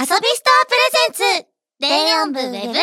遊びストアプレゼンツ電音部ウェブラジオ。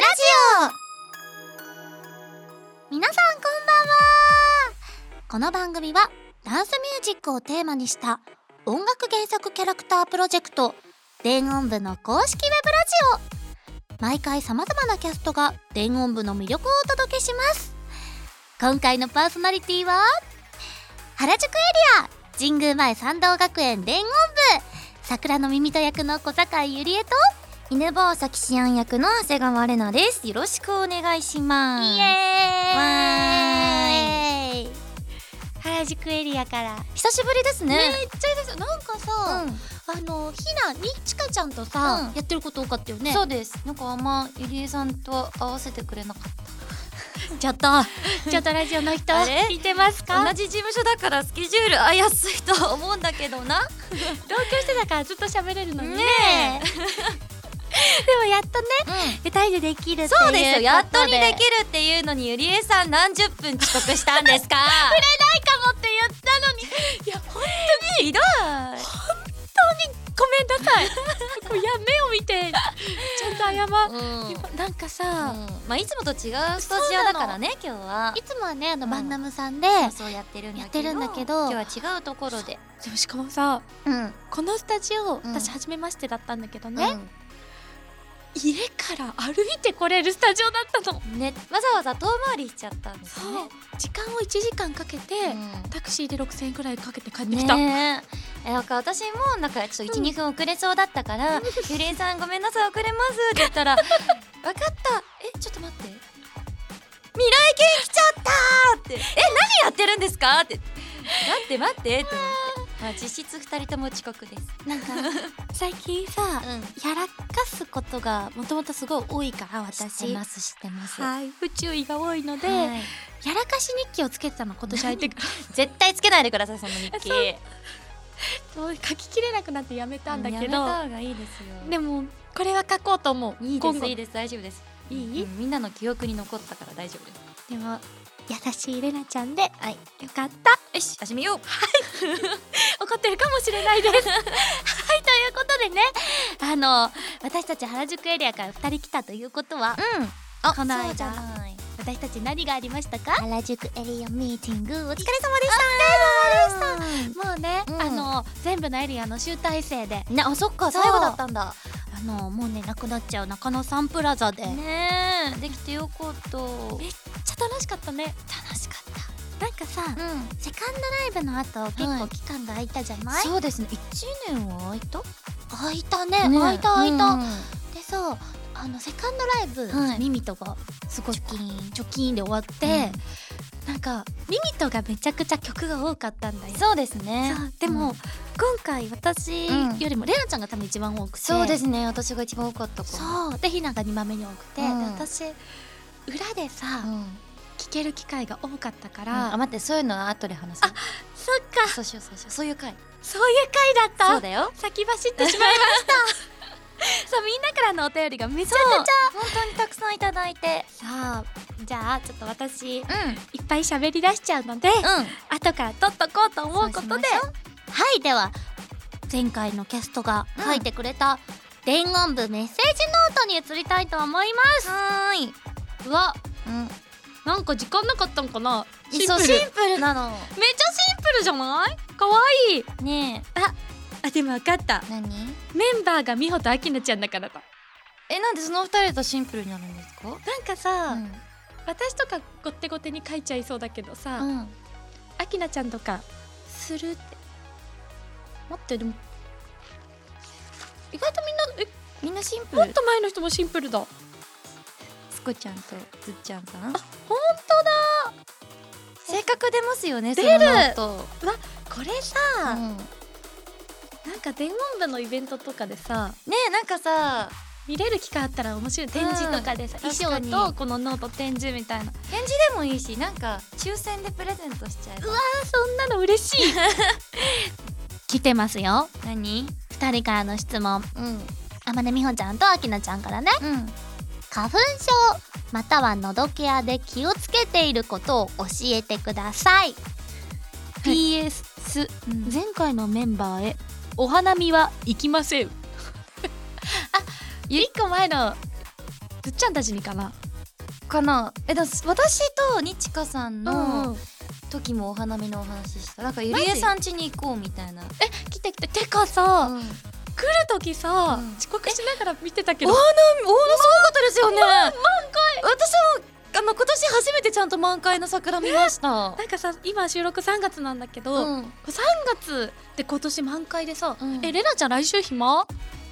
皆さんこんばんは。この番組はダンスミュージックをテーマにした音楽原作キャラクタープロジェクト電音部の公式ウェブラジオ。毎回様々なキャストが電音部の魅力をお届けします。今回のパーソナリティは原宿エリア神宮前参道学園電音部桜の耳と役の小坂井ゆりえと犬坊崎シアン役の長谷川玲奈です。よろしくお願いします。 イエーイ。 わ原宿エリアから久しぶりですね。 めっちゃいいですよ。なんかさ、ひなにちかちゃんとさ、やってること多かったよね。 そうです。なんかあんまゆりえさんと合わせてくれなかった。 ちょっとラジオの人聞いてますか？ 同じ事務所だからスケジュール合いやすいと思うんだけどな。 同居してたからずっと喋れるのにね。でもやっとね、2人でできるっていうことで。 そうですよ。やっとにできるっていうのにゆりえさん何十分遅刻したんですか？ 触れないかもって言ったのに。いや本当にひどい。 ごめんなさい。目を見てちゃんと謝なんかさ、 まあいつもと違うスタジオだからね今日は。 いつもはねバンナムさんでそうやってるんだけど、 今日は違うところで。 でもしかもさ、このスタジオん私初めましてだったんだけどね、家から歩いて来れるスタジオだったのね。わざわざ遠回りしちゃったんですね。 時間を1時間かけて、タクシーで6000円くらいかけて帰ってきた。 なんか私もなんかちょっと 1,2 分遅れそうだったから「ゆりえさんごめんなさい遅れます」って言ったら「分かったちょっと待って未来犬来ちゃった!」って「何やってるんですか?」って「待って」って思って、まあ、実質2人とも遅刻です。 なんか最近さ、やらかすことがもともとすごい多いから私。 知ってますはい、不注意が多いので、やらかし日記をつけてたの今年入ってから絶対つけないでくださいその日記。 書ききれなくなってやめたんだけど、 やめた方がいいですよ。 でもこれは書こうと思う。 いいです大丈夫です。 いい、 みんなの記憶に残ったから大丈夫です。 でも優しいレナちゃんで、よかった。 よし始めよう。 怒ってるかもしれないです。はい、ということでね、私たち原宿エリアから2人来たということは、このそうじゃ間ない私たち何がありましたか？ 原宿エリアミーティングお疲れ様でした。 もうね、全部のエリアの集大成で、 そっか最後だったんだ。 もうねなくなっちゃう中野サンプラザでねえできてよかった。 めっちゃ楽しかったね。 楽しかった。 なんかさ、セカンドライブの後結構期間が空いたじゃない？ そうですね。1年は空いた？ 空いたね。空いた。でさ、セカンドライブ、ミミトがすごいチョキンで終わって、なんかミミトがめちゃくちゃ曲が多かったんだよ。 そうですね。 でも、今回私よりもレナちゃんが多分一番多くて。 そうですね。私が一番多かったかも。そうでひなが2番目に多くて、で私裏でさ、聴ける機会が多かったから、 待ってそういうのは後で話す。 そっか、 そういう回だった。 そうだよ。 先走ってしまいました。そうみんなからのお便りがめちゃくちゃ本当にたくさんいただいて、 さあじゃあちょっと私、いっぱい喋り出しちゃうので、後から撮っとこうと思うことで、はいでは前回のキャストが書いてくれた伝言部メッセージノートに移りたいと思います。うわ、なんか時間なかったんかな。シンプルなの。 めっちゃシンプルじゃない？かわいいねえ。 でも分かった。 何？ メンバーが美穂と明菜ちゃんだからだ。 なんでその2人とシンプルになるんですか？ なんかさ、私とかごってごてに書いちゃいそうだけどさ、明菜ちゃんとかするって。待って、でも意外とみんなシンプル。 もっと前の人もシンプルだ。 スコちゃんとずっちゃんさん。 ほんとだ。 性格出ますよね。 出る。 うわこれさ、なんか伝言部のイベントとかでさ、 なんかさ見れる機会あったら面白い。展示とかでさ、衣装とこのノート展示みたいな。 展示でもいいし、なんか抽選でプレゼントしちゃえば。 うわー、そんなの嬉しい。来てますよ。 何 ？2人からの質問。天音美穂ちゃんと明菜ちゃんからね。花粉症または喉ケアで気をつけていることを教えてください。PS、前回のメンバーへお花見は行きません。 一個前のずっちゃんたちにかな。 かな。私とにちかさんの来時もお花見のお話した。なんかゆりえさん家に行こうみたいな。 て来て。てかさ、 うん、 来る時さ、遅刻しながら見てたけど、 お花すごかったですよね。満開。私も今年初めてちゃんと満開の桜見ました。 なんかさ、今収録3月なんだけど、 うん、 3月で今年満開でさ、 うん、 レナちゃん来週暇？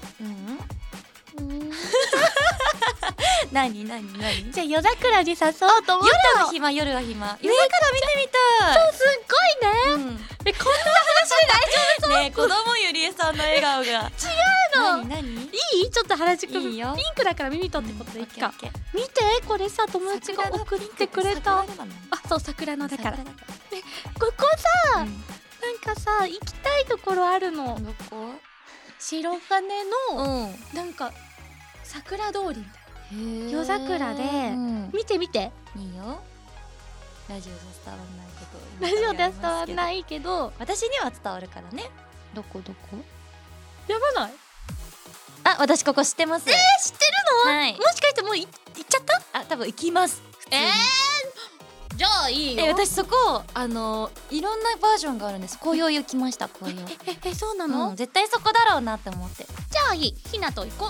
何じゃあ夜桜に誘おうと思ったの。 夜は暇。夜桜見てみたい。 そう、すっごいね。 うん、 こんな話で大丈夫そう？ ねえ、子供ゆりえさんの笑顔が違うの。何いい？ちょっと原宿ピいいよ。 ンクだから耳とってことでいいか。 オッケー。 見て、これさ、友達が送ってくれた。あ、そう、桜のだから。ここさ、なんかさ、行きたいところあるの。 どこ？ 白金の、 うん、 なんか桜通りみたいな。 夜桜で、見て。 いいよ。ラジオで伝わらないこと。 ラジオで伝わらないけど、 私には伝わるからね。どこ？ やばない？ あ、私ここ知ってます。知ってるの？はい。 もしかしてもう行っちゃった？ あ、多分行きます。 じゃあいいよ。 私そこいろんなバージョンがあるんです。紅葉行きました。紅葉。 そうなの？ 絶対そこだろうなって思って。 じゃあいい。ひなと行こう。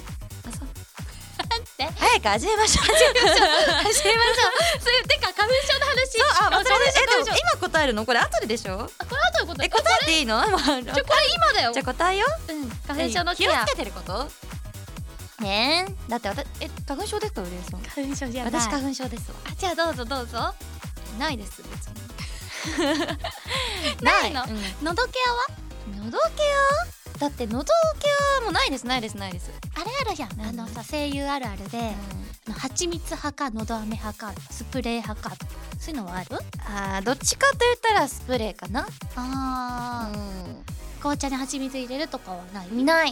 早く始めましょう。 そういうてか花粉症の話。 でも今答えるの？これ後ででしょ？ これ後で答え。 答えていいの？ これ今だよ。 じゃあ答えよ。 花粉症の気をつけてること？だって花粉症ですか？うりえさん。 花粉症じゃない。 私花粉症ですわ。 じゃあどうぞ。 ないです別に。 ないの？喉ケアだって喉ケアもないです。 あれあるじゃん。さ、声優あるあるで、蜂蜜派か喉飴派かスプレー派かとか、そういうのはある？ どっちかと言ったらスプレーかな。 紅茶に蜂蜜入れるとかはない？ ない。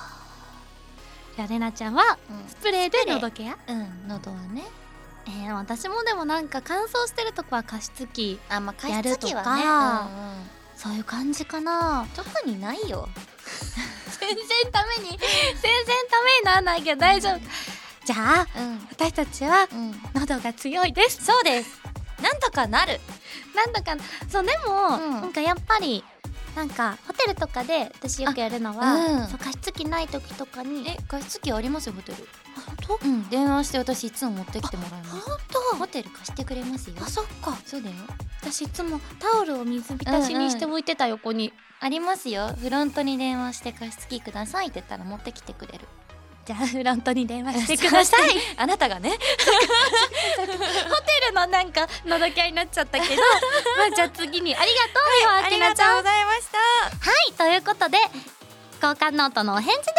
レナちゃんはスプレーで喉ケア？ 喉はね。 私もでもなんか乾燥してるとこは加湿器やると加湿器はか、 ね、 そういう感じかな。 特にないよ。 全然ためにならないけど大丈夫。じゃあ、私たちは喉が強いです。 そうです。なんとかなる。 そうでも、なんかやっぱりなんかホテルとかで私よくやるのは、加湿器ない時とかに。 加湿器ありますよホテル。 本当？ 電話して私いつも持ってきてもらいます。 本当？ ホテル貸してくれますよ。 そっか。 そうだよ。 私いつもタオルを水浸しにして置いてた横に。 ありますよ。フロントに電話して加湿器くださいって言ったら持ってきてくれる。 じゃあフロントに電話してください。 あなたがね。 ホテルのなんかのどきゃになっちゃったけどじゃあ次にありがとうよ、あきなちゃん。 ありがとうございました。 はい、ということで交換ノートのお返事でした。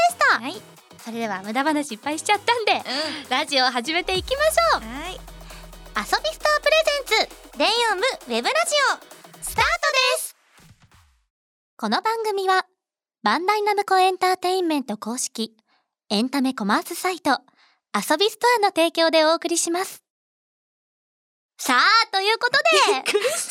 はい。 それでは無駄話いっぱいしちゃったんで、ラジオを始めていきましょう。 はい。 遊びスタープレゼンツ電音部ウェブラジオスタートです。この番組はバンダイナムコエンターテインメント公式エンタメコマースサイト遊びストアの提供でお送りします。さあ、ということでびっくりした。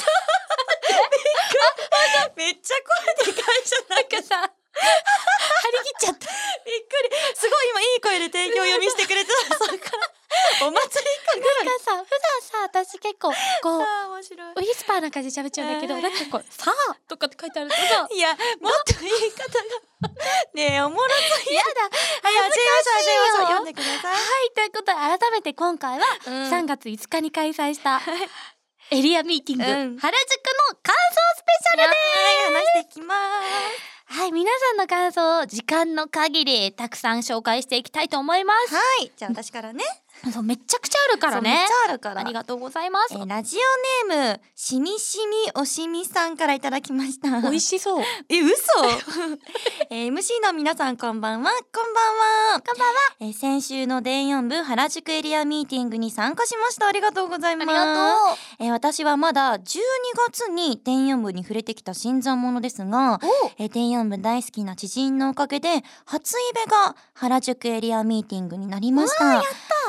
めっちゃ声でかいじゃん。なんかさ張り切っちゃった。びっくり。すごい今いい声で提供読みしてくれてた。そっからお祭りなんかさ、普段さ、私結構こう面白いウィスパーな感じで喋っちゃうんだけど、なんかこうさあとかって書いてあるとさ、 いやもっと言い方がねえおもろすぎ。 やだ、 恥ずかしいよ。読んでください。 はい、ということで改めて今回は3月5日に開催したエリアミーティング、原宿の感想スペシャルです。 話していきます。 はい、皆さんの感想を時間の限りたくさん紹介していきたいと思います。 はい、じゃあ私からね。 そう、めっちゃくちゃあるからね。 めっちゃあるから。 ありがとうございます。 ラジオネームしみしみおしみさんからいただきました。 美味しそう。 嘘。MC の皆さんこんばんは。こんばんは。先週の電音部原宿エリアミーティングに参加しました。ありがとうございます。 ありがとう。 私はまだ12月に電音部に触れてきた新参者ですが、電音部大好きな知人のおかげで初イベが原宿エリアミーティングになりました。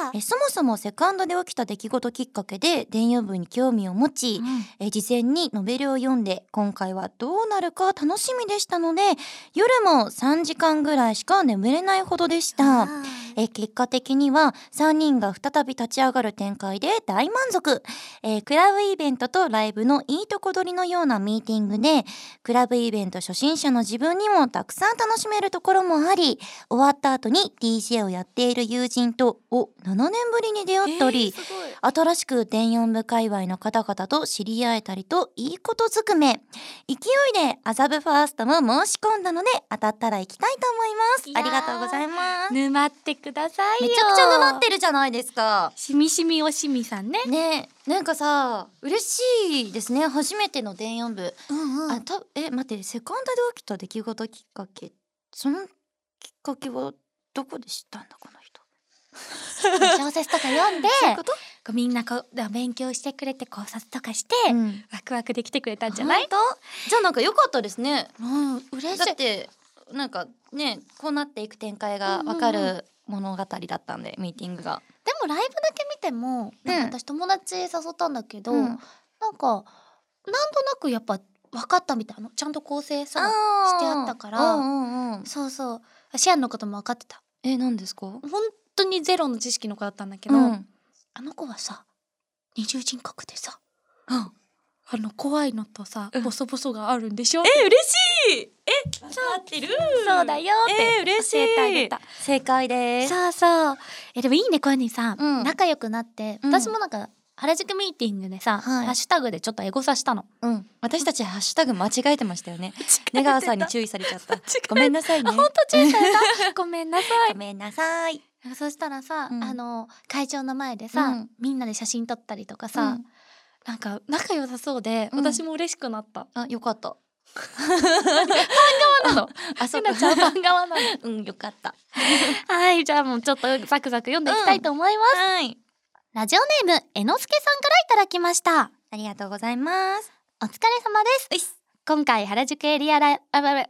そもそもセカンドで起きた出来事きっかけで電謡部に興味を持ち、事前にノベルを読んで今回はどうなるか楽しみでしたので、夜も3時間ぐらいしか眠れないほどでした。結果的には3人が再び立ち上がる展開で大満足。クラブイベントとライブのいいとこ取りのようなミーティングで、クラブイベント初心者の自分にもたくさん楽しめるところもあり、終わった後に DJ をやっている友人と7年ぶりに出会ったり、新しく電音部界隈の方々と知り合えたりといいことずくめ。勢いで麻布ファーストも申し込んだので、当たったら行きたいと思います。ありがとうございます。 沼ってくださいよ。 めちゃくちゃ沼ってるじゃないですか。 しみしみおしみさんね。 ねえ、なんかさ、嬉しいですね。初めての電音部。待って、セカンドで起きた出来事きっかけ、そのきっかけはどこで知ったんだこの人。 小説とか読んでそういうこと？ こうみんなこう勉強してくれて考察とかして、ワクワクで来てくれたんじゃない？ 本当？じゃあなんか良かったですね。 嬉しい。 だってなんかね、こうなっていく展開が分かる物語だったんで、ミーティングが。 でもライブだけ見ても、なんか私友達誘ったんだけど、なんかなんとなくやっぱ分かったみたいな、ちゃんと構成さしてあったから、そうそう、シアンのことも分かってた。 何ですか？ 本当にゼロの知識の子だったんだけど、あの子はさ、二重人格でさ、怖いのとさ、ボソボソがあるんでしょ？ 嬉しい。分かってる。 そうだよって嬉しい。 教えてあげた。 正解です。 そうそう。でもいいね、こういうにさ、仲良くなって、私もなんか原宿ミーティングでさ、ハッシュタグでちょっとエゴサしたの。 私たちハッシュタグ間違えてましたよね。根川さんに注意されちゃった。ごめんなさいね。 本当注意された。ごめんなさい。 ごめんなさい。 そしたらさ、会場の前でさ、みんなで写真撮ったりとかさ、なんか仲良さそうで、私も嬉しくなった。 よかった。 ファン側なの。ひなちゃんファン側なの。 よかった。 はい、じゃあもうちょっとザクザク読んでいきたいと思います。ラジオネームえのすけさんからいただきました。 ありがとうございます。 お疲れ様です。今回原宿エリアライブウィ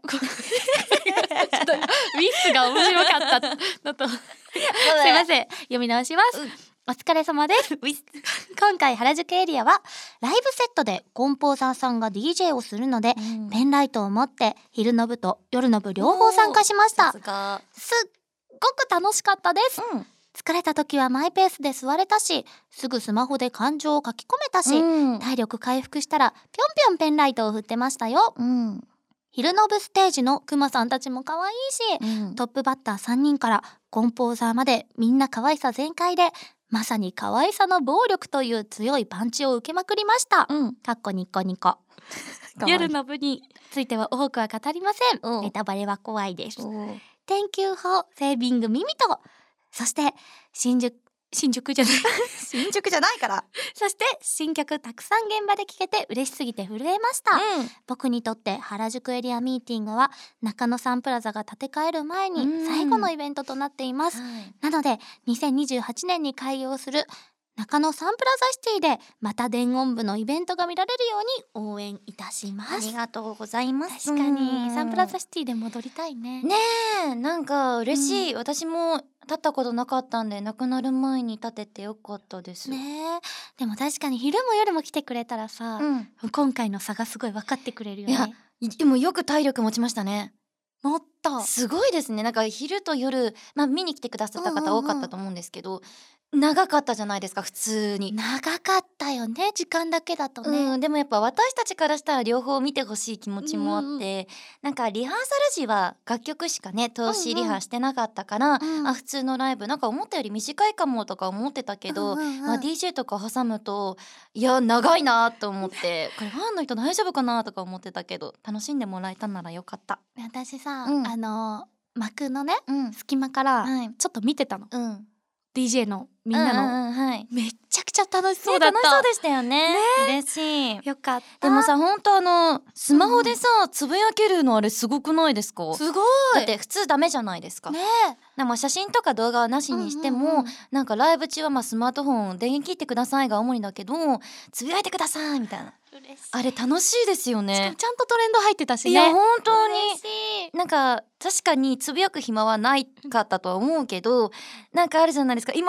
スが面白かったのとすいません、読み直します。お疲れ様です。今回原宿エリアはライブセットでコンポーザーさんが DJ をするので、ペンライトを持って昼の部と夜の部両方参加しました。すっごく楽しかったです。疲れた時はマイペースで座れたし、すぐスマホで感情を書き込めたし、体力回復したらぴょんぴょんペンライトを振ってましたよ。昼の部ステージのクマさんたちも可愛いし、トップバッター3人からコンポーザーまでみんな可愛さ全開で、まさに可愛さの暴力という強いパンチを受けまくりました。かっこニコニコ。夜の部については多くは語りません。ネタバレは怖いです。Thank you for saving ミミと、そして新宿じゃない新宿じゃないからそして新曲たくさん現場で聴けて嬉しすぎて震えました。僕にとって原宿エリアミーティングは中野サンプラザが建て替える前に最後のイベントとなっています。なので2028年に開業する中野サンプラザシティでまた電音部のイベントが見られるように応援いたします。 ありがとうございます。 確かにサンプラザシティで戻りたいね。 ねえ、なんか嬉しい。私も立ったことなかったんで、亡くなる前に立ててよかったですね。でも確かに昼も夜も来てくれたらさ、今回の差がすごい分かってくれるよね。 でもよく体力持ちましたね。 もっとすごいですね。なんか昼と夜、見に来てくださった方多かったと思うんですけど、長かったじゃないですか。普通に長かったよね、時間だけだとね。 でもやっぱ私たちからしたら両方見てほしい気持ちもあって、なんかリハーサル時は楽曲しかね通しリハしてなかったから、普通のライブなんか思ったより短いかもとか思ってたけど、DJ とか挟むといや長いなと思ってこれファンの人大丈夫かなとか思ってたけど、楽しんでもらえたならよかった。 私さ、幕のね、隙間からちょっと見てたの、DJ のみんなの、めっちゃくちゃ楽しそうだった。 楽しそうでしたよね。嬉しい。 よかった。 でもさ、本当スマホでさ、つぶやけるのあれすごくないですか？ すごい。 だって普通ダメじゃないですか。でも写真とか動画はなしにしても、なんかライブ中はスマートフォン電源切ってくださいが主にだけど、つぶやいてくださいみたいな。あれ楽しいですよね。 しかもちゃんとトレンド入ってたしね。 いや本当になんか確かにつぶやく暇はないかったとは思うけど、なんかあるじゃないですか。今すぐこの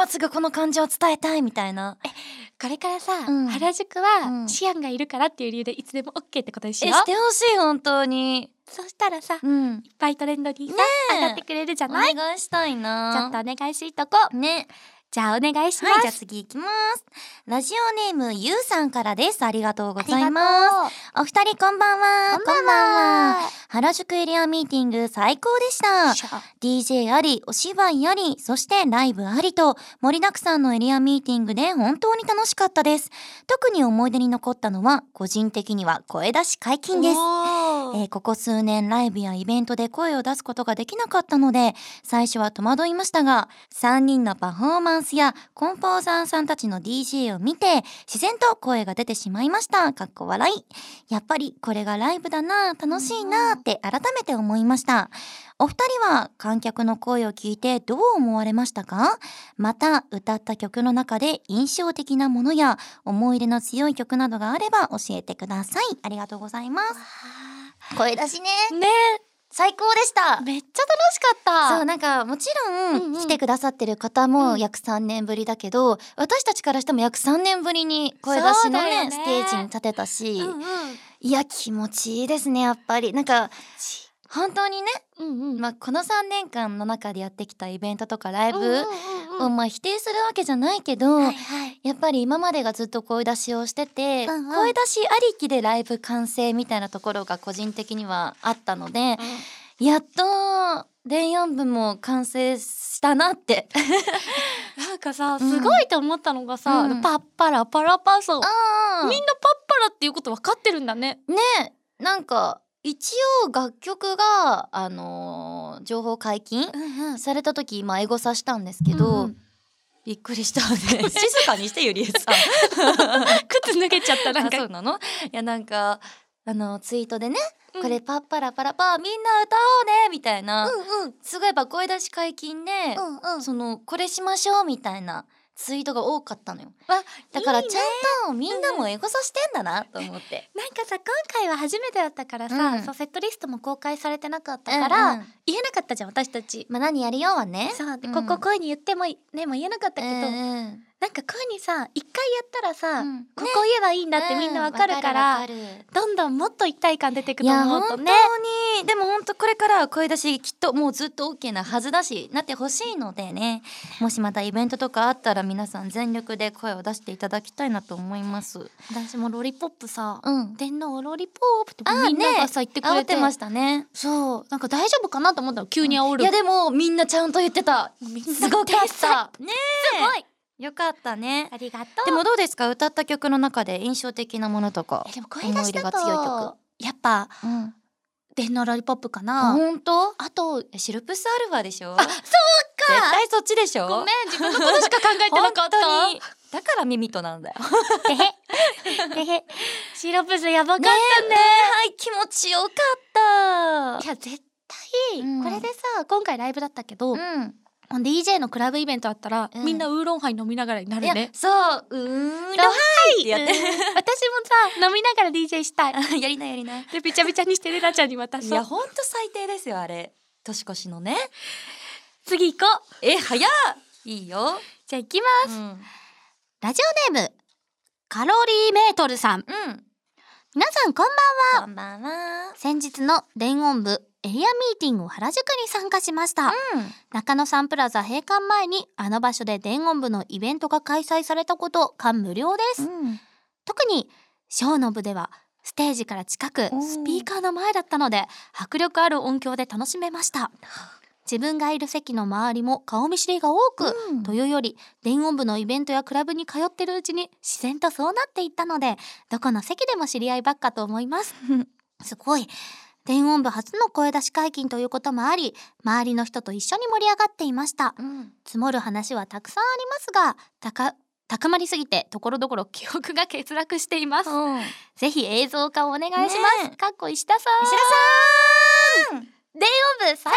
の感情を伝えたいみたいな。 これからさ、 うん原宿うはんシアンがいるからっていう理由でいつでも OK ってことにしよう。 してほしい本当に。 そしたらさ、いっうん。 ぱいトレンドにさ、 ねえ上がってくれるじゃおない？ 願いしたいな。 ちょっとお願いしとこう。 ね。 じゃあお願いします。 はい、じゃあ次行きます。ラジオネームゆうさんからです。ありがとうございありがます。 とう。 お二人こんばんは。 こんばんは。 原宿エリアミーティング最高でした。DJ あり、お芝居あり、そしてライブありと盛りだくさんのエリアミーティングで本当に楽しかったです。特に思い出に残ったのは個人的には声出し解禁です。ここ数年ライブやイベントで声を出すことができなかったので最初は戸惑いましたが、3人のパフォーマンスやコンポーザーさんたちの DJ を見て自然と声が出てしまいました。かっこ笑い。やっぱりこれがライブだな、楽しいなって改めて思いました。お二人は観客の声を聞いてどう思われましたか？また歌った曲の中で印象的なものや思い出の強い曲などがあれば教えてください。ありがとうございます。声出しね、 ね、 最高でした。 めっちゃ楽しかった。 そう、なんかもちろうんうんん来てくださってる方も約3年ぶりだけど、私たちからしても約3年ぶりに声出しのねそうだよねステージに立てたし、 うんうんいや気持ちいいですね。やっぱりなんか本当にね、 うんうん。 この3年間の中でやってきたイベントとかライブうんうんうんを否定するわけじゃないけど、 はいはい。 やっぱり今までがずっと声出しをしてて、 うんうん声出しありきでライブ完成みたいなところが個人的にはあったので、やっと電4部も完成したなってなんかさ、 うんすごいと思ったのがさ、 うんパッパラパラパソ。みんなあパッパラっていうこと分かってるんだね。 ねえ、なんか一応楽曲が情報解禁うんうんされた時エゴサしたんですけど、 うんうんびっくりしたね静かにしてゆりえさん靴脱げちゃったなんあ、そうか。 なの？いやなんかツイートでね、 うんこれパッパラパラパーみんな歌おうねみたいな、 うんうんすごいやっぱ声出し解禁で、 うんうん。 これしましょうみたいなツイートが多かったのよ。 あ、 だからちいいねゃんとみんなもエゴサしてんだなと思って。 なんかさ、今回は初めてだったからさ、 うんそうセットリストも公開されてなかったから、 うんうん言えなかったじゃん私たち。 何やりようはね。 そうで、 うんここ声に言ってもねも言えなかったけど、 うんなんか声にさ一回やったらさ、 うんここ言えばいいんだってみんなわかるから、 わかるわかるどんどんもっと一体感出てくいとや本当思うとね。 にでも本当これからは声出しきっともうずっと OK なはずだしなってほしいのでね、もしまたイベントとかあったら皆さん全力で声を出していただきたいなと思います。 私もロリポップさ、 うん電脳ロリポープってみんながさ言ってくれて、 煽ってましたね。 そうなんか大丈夫かなと思ったの急に煽る。 いやでもみんなちゃんと言ってた。 みんなすごかったねすごいよかったね。 ありがとう。 でもどうですか、歌った曲の中で印象的なものとか。 でも声出しだと思い入れが強い曲。 やっぱうん、 電脳ロリポップかあな。 本当？ あとシルプスアルファでしょ。 あそう絶対そっちでしょ。 ごめん自分のことしか考えてなかった。 本当にだからミミトなんだよ。 てへてへシロプスやばかったね。 はい気持ちよかった。 いや絶対、 うんこれでさ今回ライブだったけど、 うん。 DJ のクラブイベントあったら、 うんみんなウーロンハイ飲みながらになるいやね。 そうロハイってやってうん私もさ飲みながら DJ したい。 やりなやりな。 でびちゃびちゃにしてレナちゃんに渡そう。 いやほんと最低ですよあれ。年越しのね。 次行こう。 早っ。いいよ。 じゃあ行きます。 うん。 ラジオネームカロリーメートルさん。 うん。 皆さんこんばんは。 こんばんは。 先日の電音部エリアミーティングを原宿に参加しました。中野サンプラザ閉館前にあの場所で電音部のイベントが開催されたこと感無量です。 うん。 特にショーの部ではステージから近くおースピーカーの前だったので迫力ある音響で楽しめました。自分がいる席の周りも顔見知りが多く、 うんというより電音部のイベントやクラブに通ってるうちに自然とそうなっていったのでどこの席でも知り合いばっかと思いますすごい電音部初の声出し解禁ということもあり周りの人と一緒に盛り上がっていました。 うん。 積もる話はたくさんありますが高まりすぎてところどころ記憶が欠落しています。 うん。 ぜひ映像化をお願いします。 ねえかっこ石田さん。 石田さん。 電音部最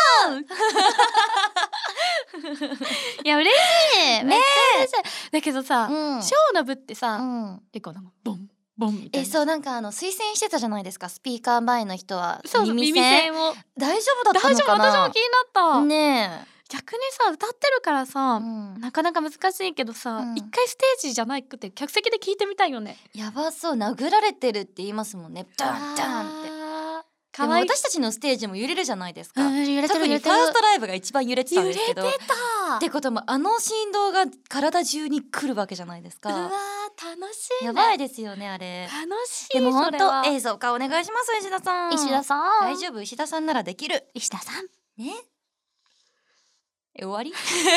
高いや嬉しい。めっちゃ嬉しい。だけどさ、 うんショーの部ってさ、 うん。 結構なんかボンボンみたいな。 そうなんか推薦してたじゃないですかスピーカー前の人は。 そうそう耳栓を。 大丈夫だった大丈夫、 のかな。 私も気になった。 ね逆にさ歌ってるからさ、 うんなかなか難しいけどさ、 うん一回ステージじゃなくて客席で聞いてみたいよね。 やばそう、殴られてるって言いますもんね。ダンダンって。でもかわいい。 私たちのステージも揺れるじゃないですか。 揺れてる特に揺れてるファーストライブが一番揺れてたん揺れてですけど。 た。 ってこともあの振動が体中に来るわけじゃないですうわーか。 楽しいね。 やばいですよねあれ。 楽しい。 でも本それは当映像化お願いします石田さん。 石田さん大丈夫、石田さんならできる。 石田さんね。終わり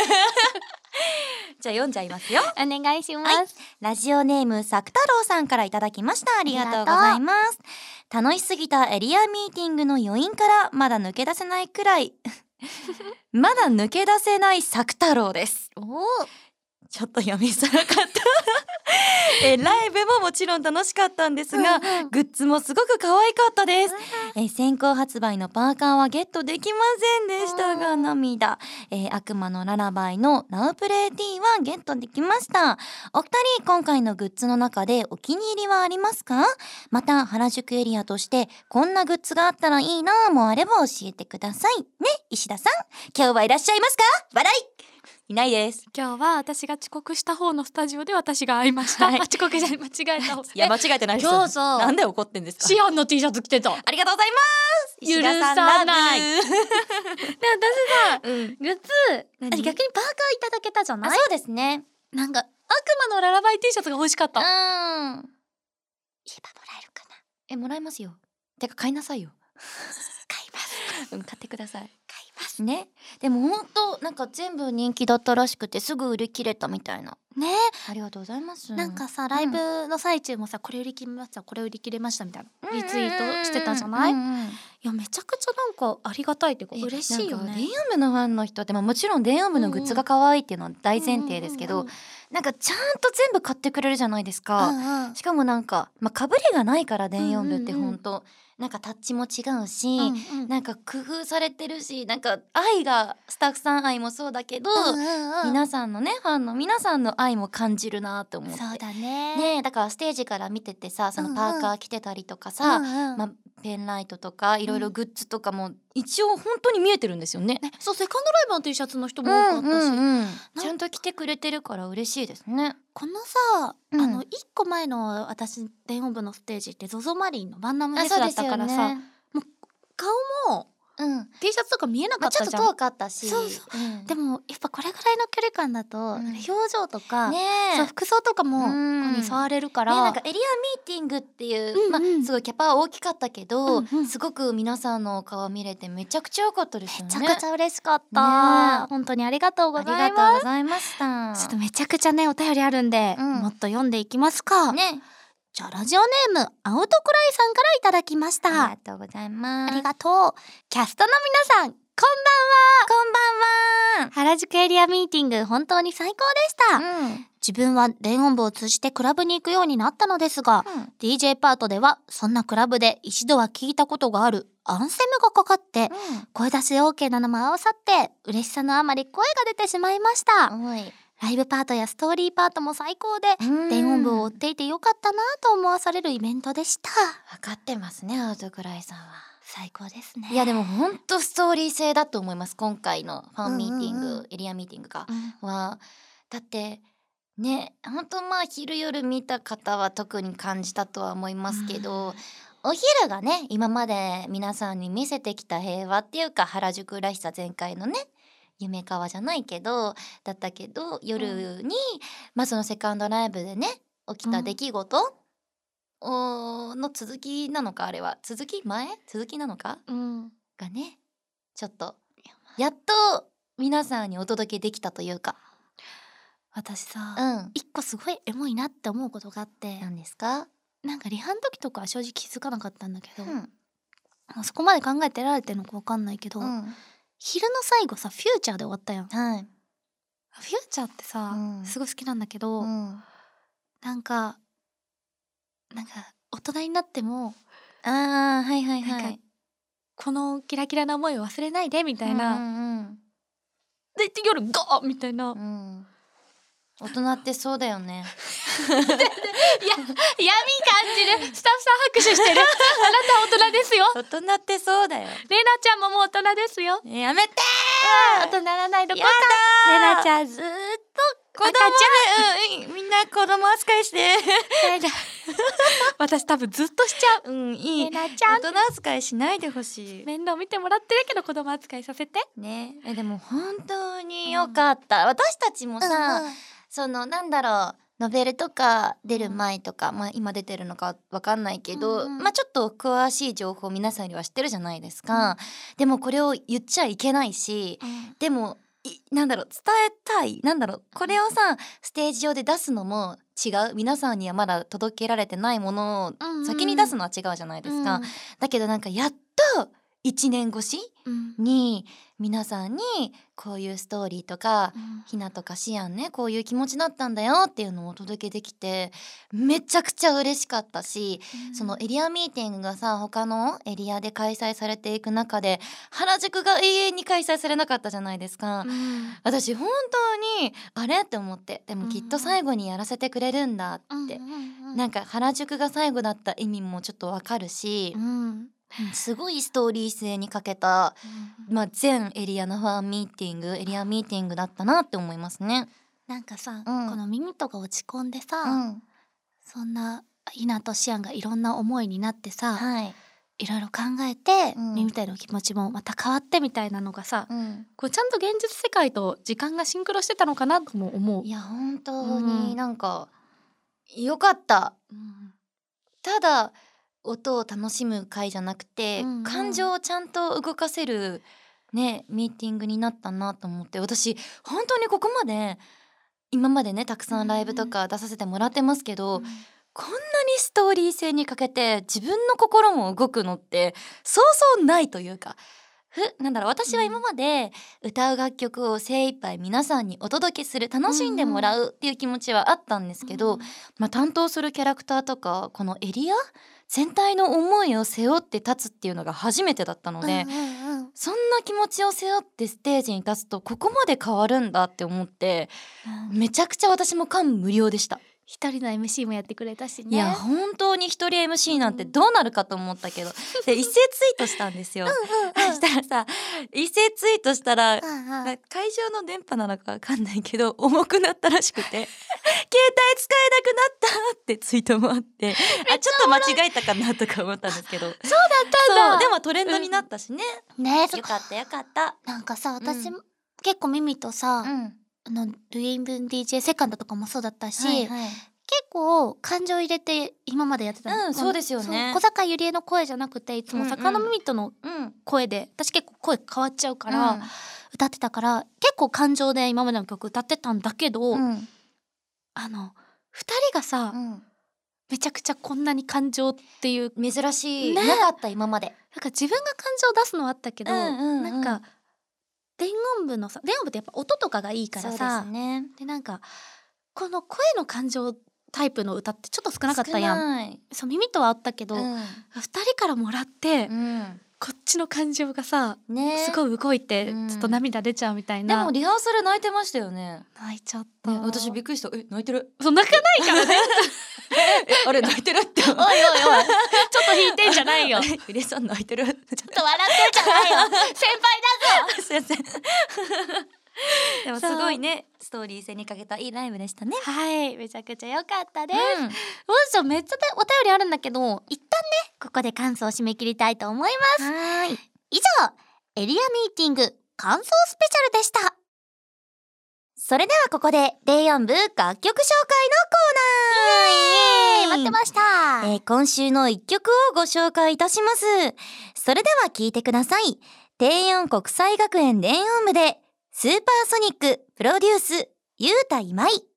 じゃあ読んじゃいますよ。 お願いします、 はいラジオネームさく太郎さんからいただきました。ありがとうございます。楽しすぎたエリアミーティングの余韻からまだ抜け出せないくらいまだ抜け出せないさく太郎です。 おちょっと読みづらかったライブももちろん楽しかったんですが、 うんうんグッズもすごく可愛かったです。先行発売のパーカーはゲットできませんでしたが涙、悪魔のララバイのナウプレイ T はゲットできました。お二人今回のグッズの中でお気に入りはありますか？また原宿エリアとしてこんなグッズがあったらいいなもあれば教えてくださいね。石田さん今日はいらっしゃいますか？笑いないです。 今日は私が遅刻した方のスタジオで私が会いました、 はい遅刻じゃない間違えた方いや間違えてないですよ。 今日さなんで怒ってんですか？ シアンの T シャツ着てた。でありがとうございます許さない石田さんラブ私さうんグッズ何逆にパーカーいただけたじゃない？ あそうですね。 なんか悪魔のララバイ T シャツが欲しかった。 うん。 今もらえるかな？ もらいますよ。てか買いなさいよ。 買います買ってください。 買いますね。でも本当なんか全部人気だったらしくてすぐ売り切れたみたいな。 ね。 ありがとうございます。 なんかさライブの最中もさこれ売り切れましたこれ売り切れましたみたいなリツイートしてたじゃない？いやめちゃくちゃなんかありがたいっていうか嬉しいよね。 なんか電音部のファンの人ってもちろん電音部のグッズが可愛いっていうのは大前提ですけど、なんかちゃんと全部買ってくれるじゃないですか。しかもなんかかぶりがないから電音部って本当なんかタッチも違うし、なんか工夫されてるし、なんか愛がスタッフさん愛もそうだけど、皆さんのねファンの皆さんの愛も感じるなって思って。 そうだね。 ねだからステージから見ててさ、そのパーカー着てたりとかさ、ペンライトとかいろいろグッズとかも一応本当に見えてるんですよね。 そうセカンドライブの T シャツの人も多かったし、 ちゃんと着てくれてるから嬉しいですね。 このさ、1個前の私電音部のステージって ZOZO マリンのバンナムフェスだったからさ、もう顔も、T シャツとか見えなかったじゃん。 ちょっと遠かったし、 でもやっぱこれぐらいの距離感だと、表情とか、 そう服装とかもここに触れるから、 なんかエリアミーティングっていう、すごいキャパは大きかったけど、すごく皆さんのお顔見れてめちゃくちゃ良かったですよね。 めちゃくちゃ嬉しかった、本当にありがとうございます。 ありがとうございました。 ちょっとめちゃくちゃねお便りあるんで、もっと読んでいきますかね。 じゃあラジオネームアウトクライさんからいただきました。 ありがとうございます。 ありがとう。キャストの皆さんこんばんは。 こんばんは。 原宿エリアミーティング本当に最高でした、自分は電音部を通じてクラブに行くようになったのですが、DJ パートではそんなクラブで一度は聞いたことがあるアンセムがかかって、声出し OK なのも合わさって嬉しさのあまり声が出てしまいました。ライブパートやストーリーパートも最高で、電音部を追っていてよかったなと思わされるイベントでした。 分かってますねアウトクライさんは。 最高ですね。 いやでもほんとストーリー性だと思います。今回のファンミーティング、エリアミーティングか、はだってねほんと昼夜見た方は特に感じたとは思いますけど、お昼がね今まで皆さんに見せてきた平和っていうか原宿らしさ全開のね夢川じゃないけどだったけど、夜に、そのセカンドライブでね起きた出来事、の続きなのか、あれは続きなのか、がねちょっとやっと皆さんにお届けできたというか。 私さ、一個すごいエモいなって思うことがあって。 何ですか？ なんかリハの時とかは正直気づかなかったんだけど、そこまで考えてられてるのか分かんないけど、昼の最後さフューチャーで終わったやん。フューチャーってさ、すごい好きなんだけど、なんか大人になってもこのキラキラな思いを忘れないでみたいな、で夜ゴーみたいな、 大人ってそうだよね。 いや闇感じる。スタッフさん拍手してる。あなた大人ですよ。 大人ってそうだよ。 レナちゃんももう大人ですよ。 やめて大人ならないどこやかだレナちゃんずーっ子供で、みんな子供扱いしてと私多分ずっとしちゃう。 いい。 レナちゃん大人扱いしないでほしい面倒見てもらってるけど子供扱いさせてね。でも本当によかった、私たちもさ、そのなんだろう、ノベルとか出る前とか、今出てるのかわかんないけど、ちょっと詳しい情報皆さんには知ってるじゃないですか、でもこれを言っちゃいけないし、でもなんだろう、伝えたい、なんだろう、これをさステージ上で出すのも違う、皆さんにはまだ届けられてないものを先に出すのは違うじゃないですか、だけどなんかやっと1年越しに皆さんにこういうストーリーとか、ひなとかシアンね、こういう気持ちだったんだよっていうのをお届けできてめちゃくちゃ嬉しかったし、そのエリアミーティングがさ他のエリアで開催されていく中で原宿が永遠に開催されなかったじゃないですか、私本当にあれって思って、でもきっと最後にやらせてくれるんだって、なんか原宿が最後だった意味もちょっとわかるし、すごいストーリー性に欠けた、全エリアのファンミーティング、エリアミーティングだったなって思いますね。 なんかさ、このミミトが落ち込んでさ、そんなひなとシアンがいろんな思いになってさ、いろいろ考えて、ミミタイの気持ちもまた変わってみたいなのがさ、こうちゃんと現実世界と時間がシンクロしてたのかなとも思う。 いや本当になんかよかった、ただ音を楽しむ会じゃなくて、感情をちゃんと動かせるねミーティングになったなと思って、私本当にここまで今までねたくさんライブとか出させてもらってますけど、こんなにストーリー性に欠けて自分の心も動くのってそうそうないというか、なんだろう、私は今まで歌う楽曲を精一杯皆さんにお届けする、楽しんでもらうっていう気持ちはあったんですけど、担当するキャラクターとかこのエリア全体の思いを背負って立つっていうのが初めてだったので、そんな気持ちを背負ってステージに立つとここまで変わるんだって思って、めちゃくちゃ私も感無量でした。 一人の MC もやってくれたしね。 いや本当に一人 MC なんてどうなるかと思ったけど、で一斉ツイートしたんですよ。したらさ、一斉ツイートしたら、会場の電波なのかわかんないけど重くなったらしくて携帯使えなくなったってツイートもあって、ちょっと間違えたかなとか思ったんですけど、そうだったんだ。そうでもトレンドになったしね、よかったよかった。 なんかさ私、結構ミミとさ、ルインブン DJ セカンドとかもそうだったし、結構感情入れて今までやってたの。 そうですよね。 小坂ゆりえの声じゃなくていつも坂のミミとの声で、私結構声変わっちゃうから、歌ってたから結構感情で今までの曲歌ってたんだけど、2人がさ、めちゃくちゃこんなに感情っていう珍しい、なかった今まで。 なんか自分が感情を出すのはあったけど、なんか電音部のさ、電音部ってやっぱ音とかがいいからさ、でなんかこの声の感情タイプの歌ってちょっと少なかったやん。そう、耳とはあったけど、2人からもらって、こっちの感情がさ、すごい動いて、ちょっと涙出ちゃうみたいな。 でもリハーサル泣いてましたよね。 泣いちゃった、 私びっくりした。泣いてる。 そう、泣かないからね。 あれ泣いてるって。おいおいおい、 ちょっと引いてんじゃないよ。 ゆりえさん泣いてる。ちょっと笑ってんじゃないよ。先輩だぞ。 すいません。でもすごいね、ストーリー性にかけたいいライブでしたね。 はい、めちゃくちゃ良かったです。もしもめっちゃお便りあるんだけど、一旦ねここで感想を締め切りたいと思います。以上、エリアミーティング感想スペシャルでした。 それではここでレイオン部楽曲紹介のコーナー。 待ってました。 今週の一曲をご紹介いたします。それでは聴いてください。低音国際学園電音部でスーパーソニックプロデュースゆうた今井。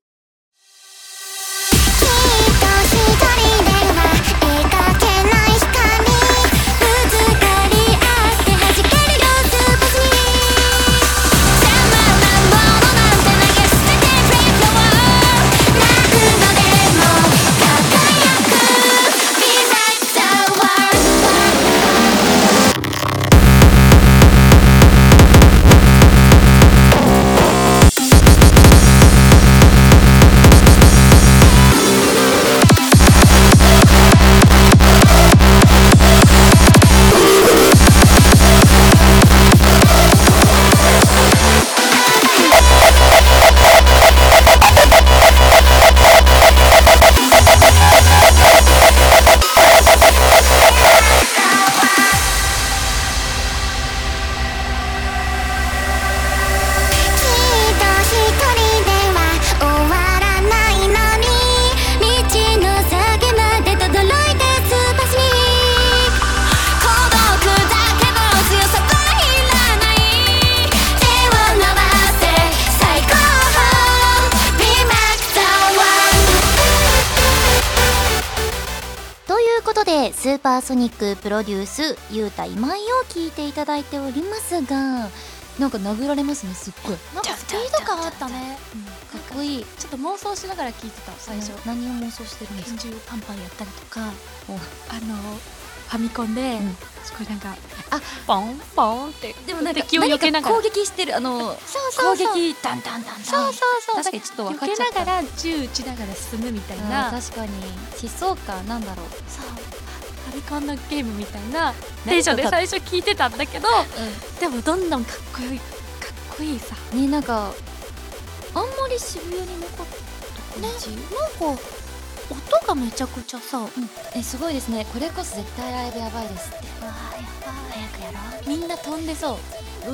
ーパーソニックプロデュースゆうた今井を聞いていただいておりますが、なんか殴られますね、すっごい。 なんかスピード感あったね。 かっこいい。 ちょっと妄想しながら聞いてた最初。 何を妄想してるんですか？ 拳銃パンパンやったりとか、 おファミコンで、 んすごいなんかあポンポンってでもなんか敵を避けながら攻撃してるそう攻撃ダンダンダンダン。 そう確かにちょっと分かっちゃった。 避けながら銃撃ちながら進むみたいな。 確かに疾走感なんだろう。 そうファミコンのゲームみたいなテンションで最初聞いてたんだけど、でもどんどんかっこいいさね、なんかあんまり渋谷になかった感じ、 なんか音がめちゃくちゃさ、 すごいですね。これこそ絶対ライブやばいですって。 うわーやばい早くやろみんな飛んでそう、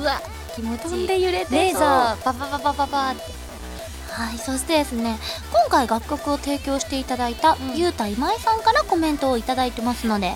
う。うわ気持ちいい。 飛んで揺れてそうレーザーパパパパパパって。 はい、そしてですね、今回楽曲を提供していただいた、ゆうた今井さんからコメントをいただいてますので、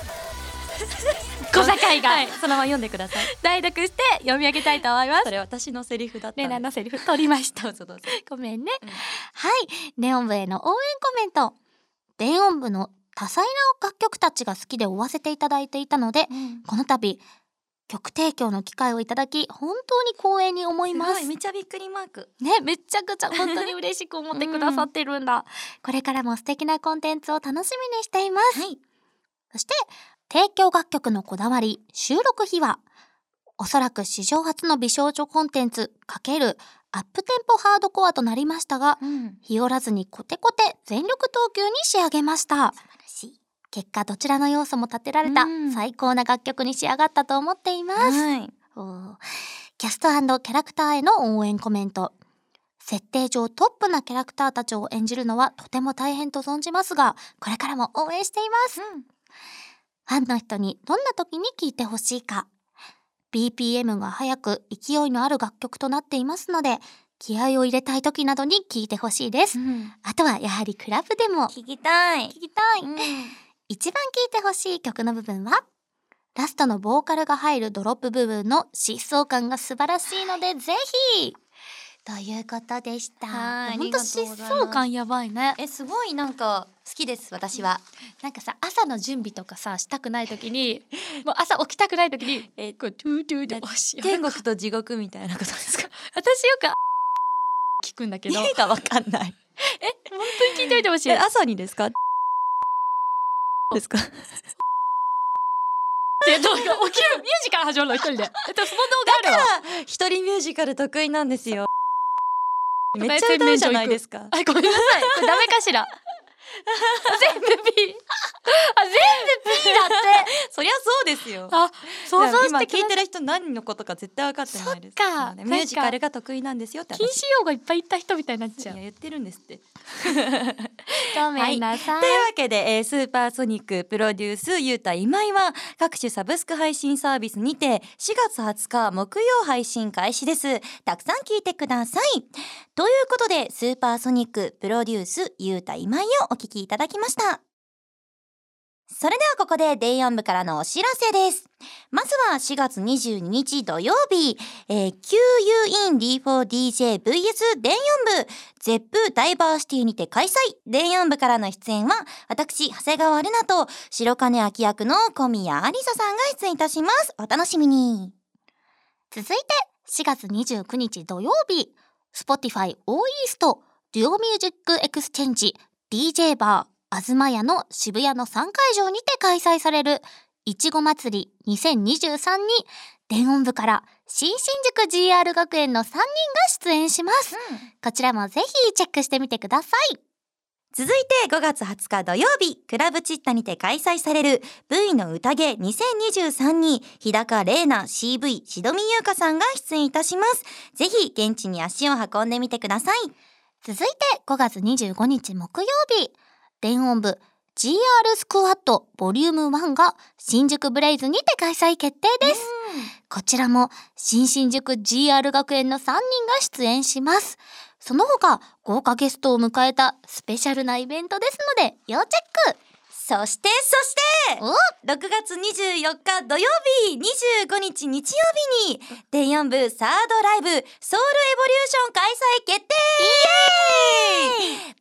小堺が、 そのまま読んでください。 代読して読み上げたいと思いますそ。れ私のセリフだったレんでナのセリフ取りました。 どうぞどうぞ。 ごめんね、はいネオン部への応援コメント。電音部の多彩な楽曲たちが好きで追わせていただいていたので、この度曲提供の機会をいただき本当に光栄に思います。 めちゃびっくりマークね、めちゃくちゃ本当に嬉しく思ってくださってるんだ、これからも素敵なコンテンツを楽しみにしています、そして提供楽曲のこだわり、収録秘話、おそらく史上初の美少女コンテンツ×アップテンポハードコアとなりましたが、日和らずにコテコテ全力投球に仕上げました。結果どちらの要素も立てられた最高な楽曲に仕上がったと思っています、キャスト&キャラクターへの応援コメント。設定上トップなキャラクターたちを演じるのはとても大変と存じますが、これからも応援しています、ファンの人にどんな時に聴いてほしいか、 BPM が速く勢いのある楽曲となっていますので、気合を入れたい時などに聴いてほしいです、あとはやはりクラブでも聞きたい。 一番聴いてほしい曲の部分はラストのボーカルが入るドロップ部分の疾走感が素晴らしいので、ぜひということでした。ほんと疾走感やばいね。 すごいなんか好きです私は。 なんかさ、朝の準備とかさしたくない時にもう朝起きたくない時にこうトゥートゥーで天国と地獄みたいなことですか？ 私よく聞くんだけど、 意味がわかんない。 本当に聞いてみてほしい。 朝にですか？ですか？ でどうか起きるミュージカル始まるの一人で。その動画あるわ。 一人ミュージカル得意なんですよ。めっちゃ歌うじゃないですか。 ごめんなさい。これダメかしら。全部 B。全部 B だって。 そりゃそうですよ。 想像して今聞いてる人何のことか絶対分かってないです。 そっか。 ミュージカルが得意なんですよって。 禁止用語いっぱい言った人みたいになっちゃう。 言ってるんですって。 ごめんなさい。 というわけで、スーパーソニックプロデュースゆうた今井は各種サブスク配信サービスにて4月20日木曜配信開始です。たくさん聞いてください。ということで、スーパーソニックプロデュースゆうた今井をお聞きいただきました。それではここで電音部からのお知らせです。まずは4月22日土曜日、QU in D4DJ VS 電音部ゼップダイバーシティにて開催。電音部からの出演は私長谷川瑠奈と白金明役の小宮ありささんが出演いたします。お楽しみに。 続いて4月29日土曜日、Spotify オーイーストデュオミュージックエクスチェンジ DJ バーあずまやの渋谷の3会場にて開催されるいちご祭り2023に電音部から新新宿 GR 学園の3人が出演します、こちらもぜひチェックしてみてください。 続いて5月20日土曜日、クラブチッタにて開催される V の宴2023に日高玲奈 CV しどみゆうかさんが出演いたします。ぜひ現地に足を運んでみてください。 続いて5月25日木曜日、電音部 GR スクワットボリューム1が新宿ブレイズにて開催決定です。こちらも新新宿 GR 学園の3人が出演します。その他豪華ゲストを迎えたスペシャルなイベントですので要チェック。 そして6月24日土曜日、25日日曜日に電音部サードライブソウルエボリューション開催決定。イエーイ。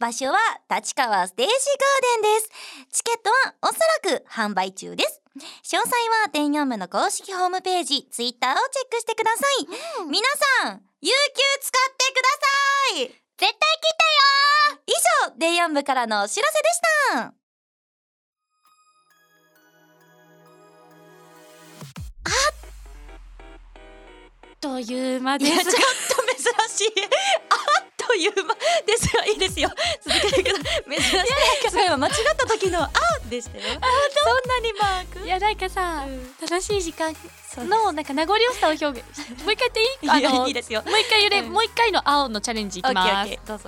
場所は立川ステージガーデンです。チケットはおそらく販売中です。詳細は電4部の公式ホームページ、ツイッターをチェックしてください。皆さん、有給使ってください。 絶対来てよ。 以上、電4部からのお知らせでした。 という間です。 いや、ちょっと珍しい。あっという間ですがいいですよ。続けてください。珍しい。それは間違った時のあでしたよ。そんなにマーク。 いやなんかさ、楽しい時間のなんか名残惜しさを表現してもう一回言っていい？ いいですよ。 もう一回もう一回の青のチャレンジいきます。 オッケーどうぞ。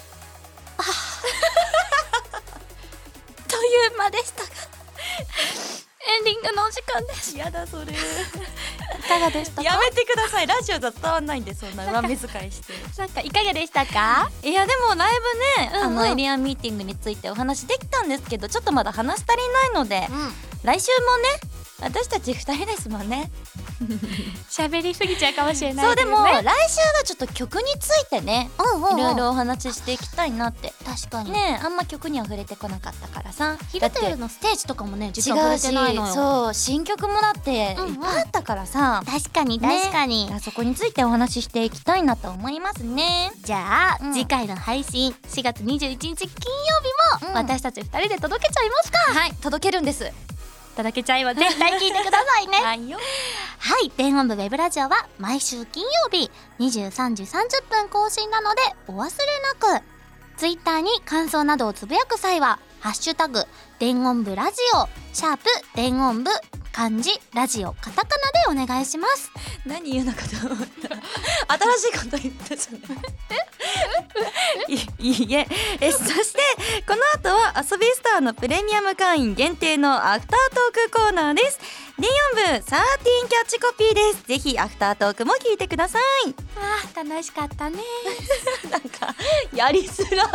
という間でしたがエンディングのお時間です。 やだそれ。 いかがでしたか？ やめてください。ラジオじゃ伝わんないんで、そんな上目遣いして。 なんかいかがでしたか？ いやでもだいぶね、 うんうんエリアミーティングについてお話できたんですけど、ちょっとまだ話し足りないので、来週もね、私たち2人ですもんね。 喋りすぎちゃうかもしれないそう、 けどね。 でも来週はちょっと曲についてね、いろいろお話ししていきたいなって。 確かにね、あんま曲には触れてこなかったからさ。 ヒルテルのステージとかもね、実違うは触れてないのし、 よ。 そう、新曲もだっていっぱいあったからさ。 確かにね確かに、 そこについてお話ししていきたいなと思いますね。 じゃあ、 うん次回の配信4月21日金曜日も、 うん私たち2人で届けちゃいますか？ はい、届けるんです。 届けちゃいます。絶対聞いてくださいね。 はいよ。 はい、電音部ウェブラジオは毎週金曜日23時30分更新なのでお忘れなく。ツイッターに感想などをつぶやく際はハッシュタグ電音部ラジオ#電音部漢字ラジオカタカナでお願いします。 何言うのかと思ったら新しいこと言ったじゃない。いいえ、そしてこの後は遊びスターのプレミアム会員限定のアフタートークコーナーです。電4部13キャッチコピーです。ぜひアフタートークも聞いてください。 あー楽しかったね。 なんかやりづら。ね、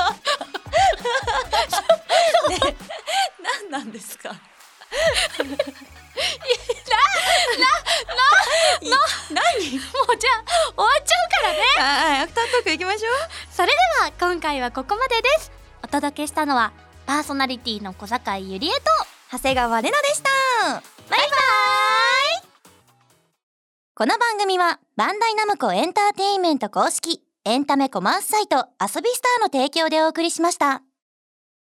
何なんですか。何？ もうじゃあ終わっちゃうからね。 はい、アフタートーク行きましょう。 それでは今回はここまでです。お届けしたのはパーソナリティの小坂井ゆりえと長谷川玲奈でした。バイバイ。この番組はバンダイナムコエンターテインメント公式エンタメコマースサイト遊びスターの提供でお送りしました。